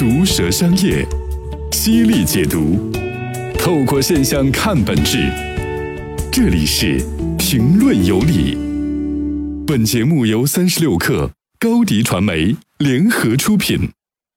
毒舌商业，犀利解读，透过现象看本质。这里是评论有理。本节目由36氪、高迪传媒联合出品。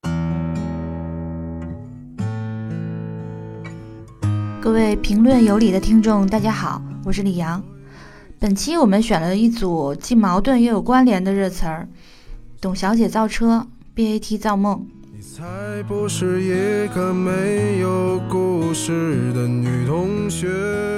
各位评论有理的听众，大家好，我是李阳。本期我们选了一组既矛盾又有关联的热词儿：董小姐造车， BAT 造梦。 你才不是一个没有故事的女同学。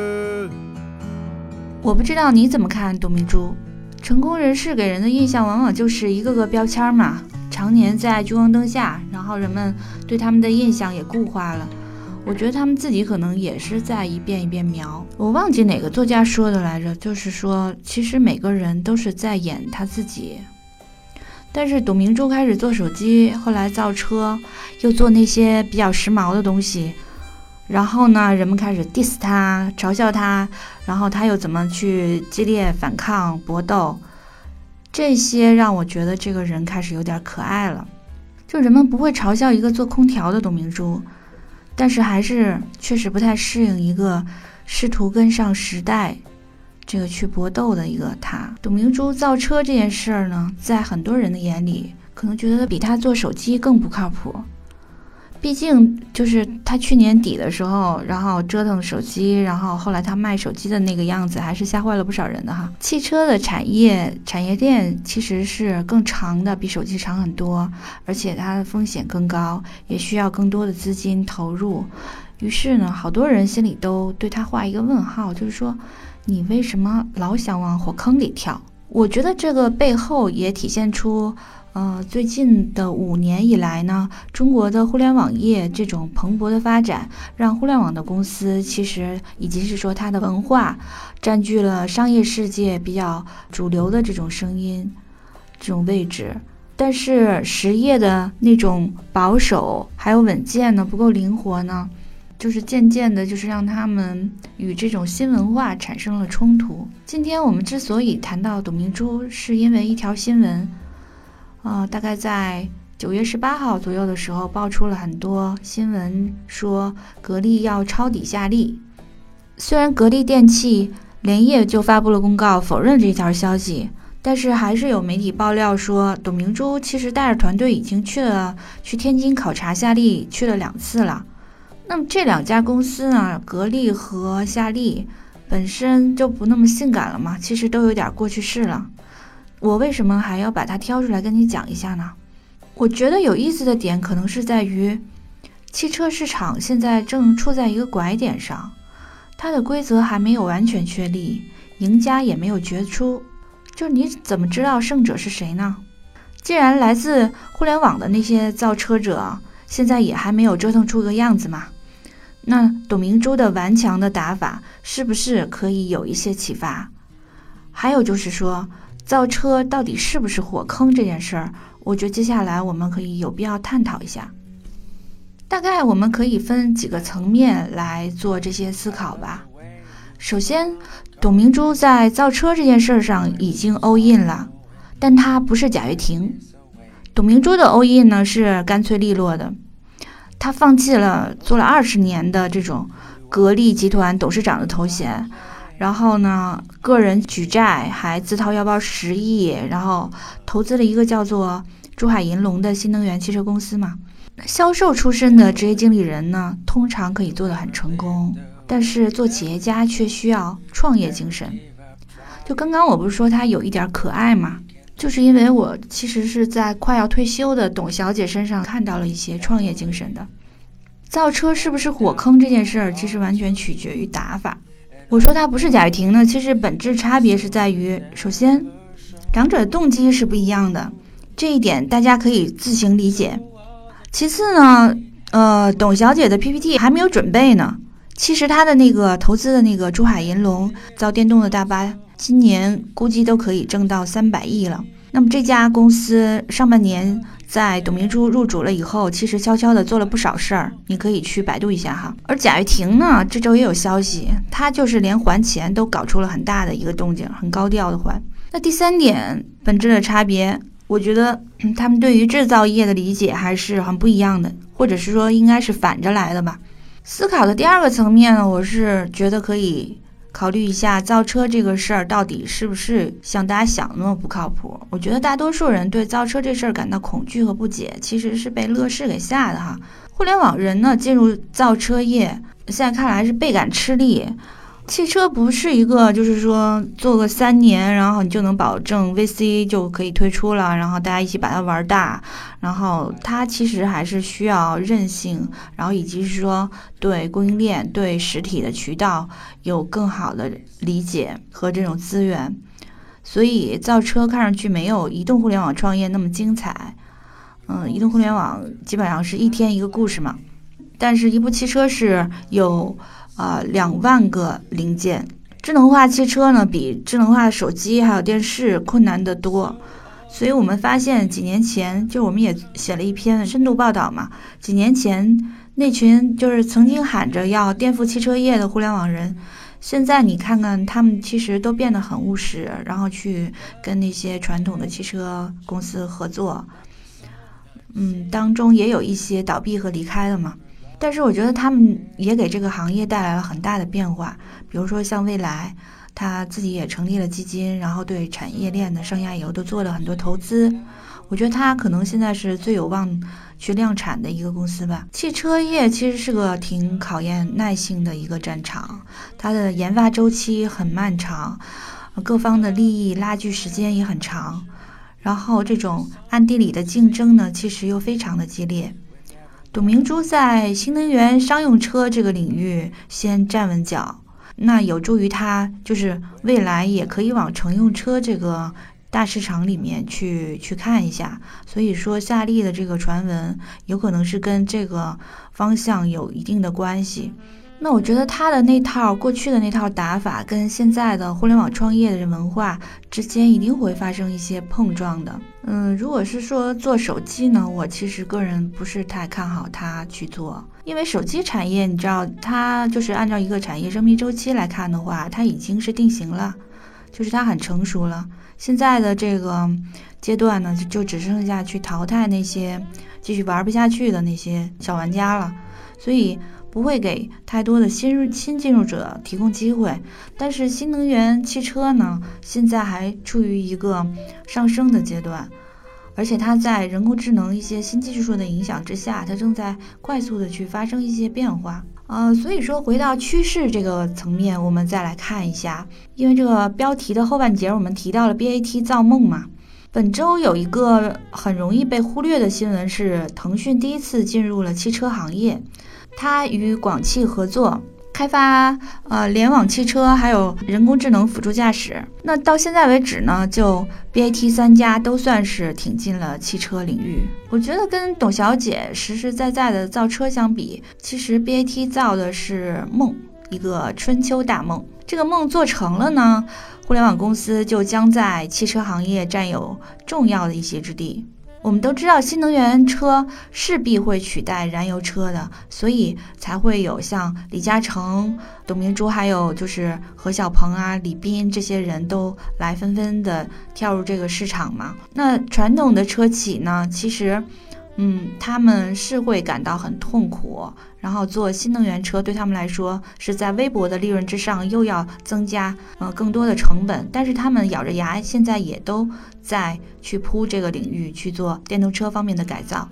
我不知道你怎么看董明珠。成功人士给人的印象往往就是一个个标签嘛，常年在聚光灯下，然后人们对他们的印象也固化了。我觉得他们自己可能也是在一遍一遍描。我忘记哪个作家说的来着，就是说其实每个人都是在演他自己。但是董明珠开始做手机，后来造车，又做那些比较时髦的东西，然后呢人们开始 diss 他，嘲笑他，然后他又怎么去激烈反抗搏斗，这些让我觉得这个人开始有点可爱了。就人们不会嘲笑一个做空调的董明珠，但是还是确实不太适应一个试图跟上时代这个去搏斗的一个他。董明珠造车这件事儿呢，在很多人的眼里可能觉得比他做手机更不靠谱。毕竟就是他去年底的时候，然后折腾手机，然后后来他卖手机的那个样子还是吓坏了不少人的哈。汽车的产业链其实是更长的，比手机长很多，而且它的风险更高，也需要更多的资金投入。于是呢，好多人心里都对他画一个问号，就是说你为什么老想往火坑里跳？我觉得这个背后也体现出最近的5年以来呢，中国的互联网业这种蓬勃的发展，让互联网的公司其实以及是说它的文化占据了商业世界比较主流的这种声音，这种位置。但是实业的那种保守还有稳健呢，不够灵活呢，就是渐渐的就是让他们与这种新文化产生了冲突。今天我们之所以谈到董明珠，是因为一条新闻大概在9月18号左右的时候爆出了很多新闻，说格力要抄底夏利。虽然格力电器连夜就发布了公告否认这条消息，但是还是有媒体爆料说董明珠其实带着团队已经去天津考察夏利，去了2次了。那么这2家公司呢，格力和夏利本身就不那么性感了嘛，其实都有点过去式了。我为什么还要把它挑出来跟你讲一下呢？我觉得有意思的点可能是在于汽车市场现在正处在一个拐点上，它的规则还没有完全确立，赢家也没有决出，就是你怎么知道胜者是谁呢？既然来自互联网的那些造车者现在也还没有折腾出个样子嘛，那董明珠的顽强的打法是不是可以有一些启发？还有就是说造车到底是不是火坑这件事儿，我觉得接下来我们可以有必要探讨一下。大概我们可以分几个层面来做这些思考吧。首先，董明珠在造车这件事上已经 all in 了，但她不是贾跃亭。董明珠的 all in 呢是干脆利落的，她放弃了做了20年的这种格力集团董事长的头衔，然后呢个人举债还自掏腰包10亿，然后投资了一个叫做珠海银隆的新能源汽车公司嘛。销售出身的职业经理人呢，通常可以做得很成功，但是做企业家却需要创业精神。就刚刚我不是说他有一点可爱吗？就是因为我其实是在快要退休的董小姐身上看到了一些创业精神的。造车是不是火坑这件事儿，其实完全取决于打法。我说它不是贾跃亭呢，其实本质差别是在于，首先两者的动机是不一样的，这一点大家可以自行理解。其次呢董小姐的 PPT 还没有准备呢，其实她的那个投资的那个珠海银隆造电动的大巴，今年估计都可以挣到300亿了。那么这家公司上半年在董明珠入主了以后，其实悄悄的做了不少事儿，你可以去百度一下哈。而贾跃亭呢，这周也有消息，他就是连还钱都搞出了很大的一个动静，很高调的还。那第三点本质的差别， 我觉得他们对于制造业的理解还是很不一样的，或者是说应该是反着来的吧。思考的第二个层面呢，我是觉得可以考虑一下造车这个事儿到底是不是像大家想的那么不靠谱。我觉得大多数人对造车这事儿感到恐惧和不解，其实是被乐视给吓的哈。互联网人呢进入造车业，现在看来是倍感吃力。汽车不是一个就是说做个3年，然后你就能保证 VC 就可以推出了，然后大家一起把它玩大，然后它其实还是需要韧性，然后以及是说对供应链、对实体的渠道有更好的理解和这种资源。所以造车看上去没有移动互联网创业那么精彩。移动互联网基本上是一天一个故事嘛，但是一部汽车是有2万个零件。智能化汽车呢，比智能化的手机还有电视困难得多。所以我们发现几年前，就我们也写了一篇深度报道嘛，几年前那群就是曾经喊着要颠覆汽车业的互联网人，现在你看看他们其实都变得很务实，然后去跟那些传统的汽车公司合作。当中也有一些倒闭和离开的嘛。但是我觉得他们也给这个行业带来了很大的变化，比如说像蔚来，他自己也成立了基金，然后对产业链的上下游都做了很多投资。我觉得他可能现在是最有望去量产的一个公司吧。汽车业其实是个挺考验耐性的一个战场，它的研发周期很漫长，各方的利益拉锯时间也很长，然后这种暗地里的竞争呢，其实又非常的激烈。董明珠在新能源商用车这个领域先站稳脚，那有助于他就是未来也可以往乘用车这个大市场里面去看一下。所以说夏利的这个传闻有可能是跟这个方向有一定的关系。那我觉得他的那套过去的那套打法跟现在的互联网创业的文化之间一定会发生一些碰撞的。如果是说做手机呢，我其实个人不是太看好他去做，因为手机产业你知道，它就是按照一个产业生命周期来看的话，它已经是定型了，就是它很成熟了。现在的这个阶段呢，就只剩下去淘汰那些继续玩不下去的那些小玩家了，所以不会给太多的新进入者提供机会。但是新能源汽车呢，现在还处于一个上升的阶段，而且它在人工智能一些新技术的影响之下，它正在快速的去发生一些变化。所以说回到趋势这个层面，我们再来看一下，因为这个标题的后半截我们提到了 BAT 造梦嘛。本周有一个很容易被忽略的新闻是，腾讯第一次进入了汽车行业，它与广汽合作开发联网汽车，还有人工智能辅助驾驶。那到现在为止呢，就 BAT 3家都算是挺进了汽车领域。我觉得跟董小姐实实在在的造车相比，其实 BAT 造的是梦，一个春秋大梦。这个梦做成了呢，互联网公司就将在汽车行业占有重要的一席之地。我们都知道新能源车势必会取代燃油车的，所以才会有像李嘉诚、董明珠，还有就是何小鹏啊、李斌这些人都来纷纷的跳入这个市场嘛。那传统的车企呢，其实他们是会感到很痛苦，然后做新能源车对他们来说是在微薄的利润之上又要增加更多的成本，但是他们咬着牙现在也都在去铺这个领域，去做电动车方面的改造。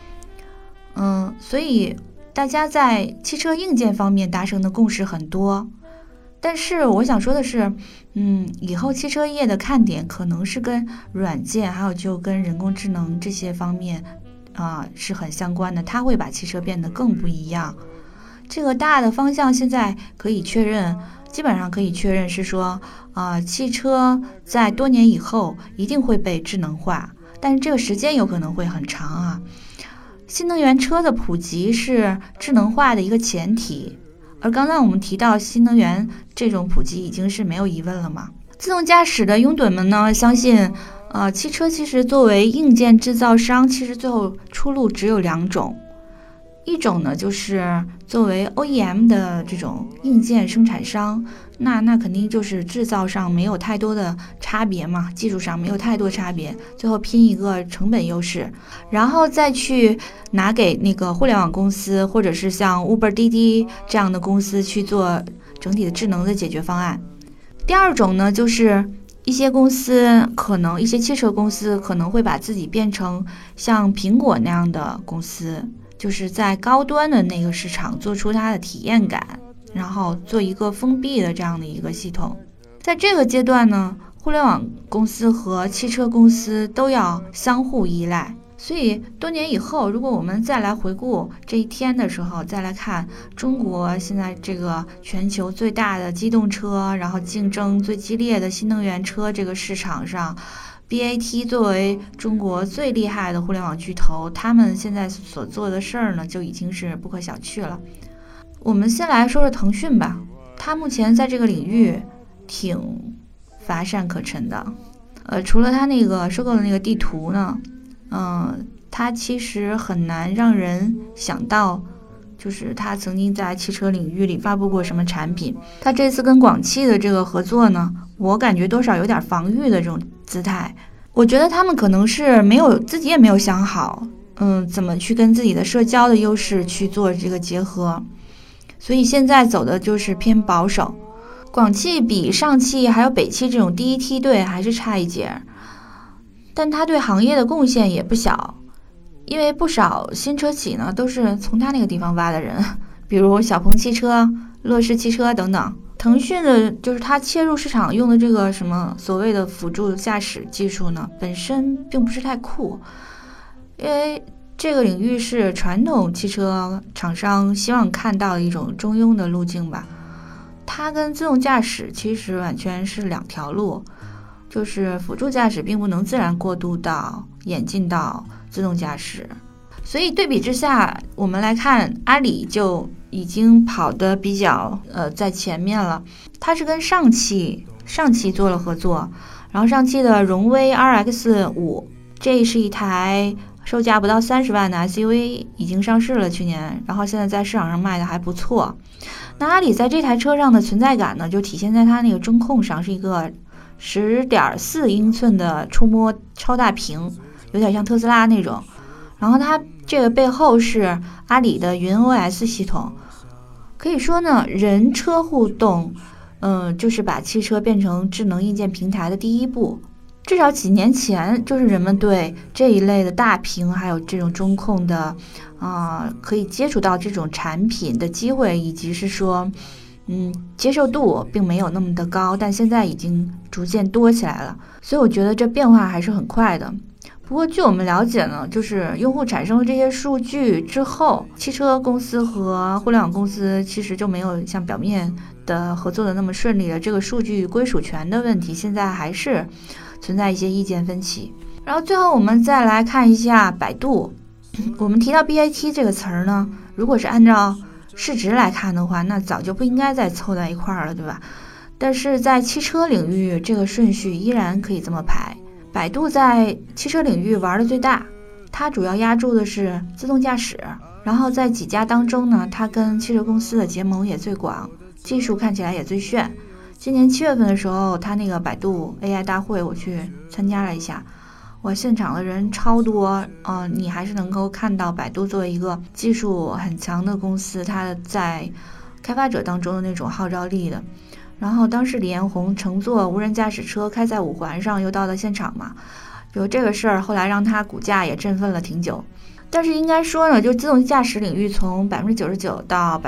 所以大家在汽车硬件方面达成的共识很多，但是我想说的是，以后汽车业的看点可能是跟软件还有就跟人工智能这些方面是很相关的，它会把汽车变得更不一样。这个大的方向现在可以确认，基本上可以确认是说，汽车在多年以后一定会被智能化，但是这个时间有可能会很长啊。新能源车的普及是智能化的一个前提，而刚才我们提到新能源这种普及已经是没有疑问了嘛。自动驾驶的拥趸们呢，相信汽车其实作为硬件制造商，其实最后出路只有2种， 一种呢，就是作为 OEM 的这种硬件生产商，那肯定就是制造上没有太多的差别嘛，技术上没有太多差别，最后拼一个成本优势，然后再去拿给那个互联网公司，或者是像 Uber、滴滴这样的公司去做整体的智能的解决方案。第二种呢，就是一些公司一些汽车公司可能会把自己变成像苹果那样的公司，就是在高端的那个市场做出它的体验感，然后做一个封闭的这样的一个系统。在这个阶段呢，互联网公司和汽车公司都要相互依赖。所以多年以后，如果我们再来回顾这一天的时候，再来看中国现在这个全球最大的机动车，然后竞争最激烈的新能源车这个市场上， BAT 作为中国最厉害的互联网巨头，他们现在所做的事儿呢，就已经是不可小觑了。我们先来说说腾讯吧，它目前在这个领域挺乏善可陈的。除了它那个收购的那个地图呢，它其实很难让人想到，就是它曾经在汽车领域里发布过什么产品。它这次跟广汽的这个合作呢，我感觉多少有点防御的这种姿态。我觉得他们可能是自己也没有想好，怎么去跟自己的社交的优势去做这个结合，所以现在走的就是偏保守。广汽比上汽还有北汽这种第一梯队还是差一截，但它对行业的贡献也不小，因为不少新车企呢都是从它那个地方挖的人，比如小鹏汽车、乐视汽车等等。腾讯的就是它切入市场用的这个什么所谓的辅助驾驶技术呢，本身并不是太酷，因为这个领域是传统汽车厂商希望看到的一种中庸的路径吧。它跟自动驾驶其实完全是两条路，就是辅助驾驶并不能自然过渡到演进到自动驾驶。所以对比之下，我们来看阿里就已经跑得比较在前面了。它是跟上汽做了合作，然后上汽的荣威 RX5， 这是一台售价不到30万的 SUV， 已经上市了去年，然后现在在市场上卖的还不错。那阿里在这台车上的存在感呢，就体现在它那个中控上，是一个10.4英寸的触摸超大屏，有点像特斯拉那种。然后它这个背后是阿里的云 OS 系统，可以说呢，人车互动，就是把汽车变成智能硬件平台的第一步。至少几年前，就是人们对这一类的大屏还有这种中控的，可以接触到这种产品的机会，以及是说，接受度并没有那么的高，但现在已经逐渐多起来了。所以我觉得这变化还是很快的。不过据我们了解呢，就是用户产生了这些数据之后，汽车公司和互联网公司其实就没有像表面的合作的那么顺利了。这个数据归属权的问题现在还是存在一些意见分歧。然后最后我们再来看一下百度。我们提到 BAT 这个词儿呢，如果是按照市值来看的话，那早就不应该再凑在一块儿了，对吧？但是在汽车领域，这个顺序依然可以这么排。百度在汽车领域玩的最大，它主要压住的是自动驾驶，然后在几家当中呢，它跟汽车公司的结盟也最广，技术看起来也最炫。今年7月份的时候，它那个百度 AI 大会我去参加了一下，哇，现场的人超多，你还是能够看到百度作为一个技术很强的公司，它在开发者当中的那种号召力的。然后当时李彦宏乘坐无人驾驶车开在5环上，又到了现场嘛，就这个事儿后来让他股价也振奋了挺久。但是应该说呢，就自动驾驶领域从99%到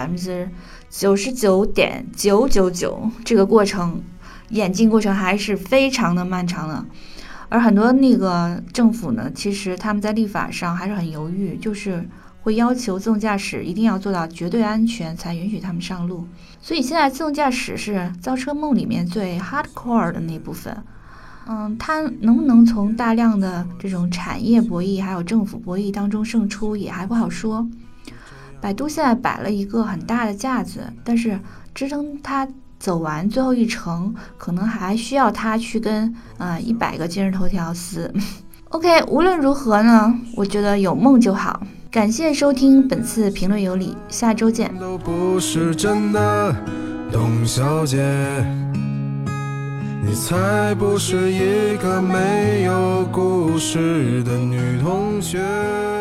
99.999%这个过程演进过程还是非常的漫长的。而很多那个政府呢，其实他们在立法上还是很犹豫，就是会要求自动驾驶一定要做到绝对安全才允许他们上路。所以现在自动驾驶是造车梦里面最 hardcore 的那部分。它能不能从大量的这种产业博弈还有政府博弈当中胜出也还不好说。百度现在摆了一个很大的架子，但是支撑它走完最后一程，可能还需要它去跟100个今日头条撕。OK， 无论如何呢，我觉得有梦就好。 感谢收听本次评论有理，下周见。 都不是真的，董小姐，你才不是一个没有故事的女同学。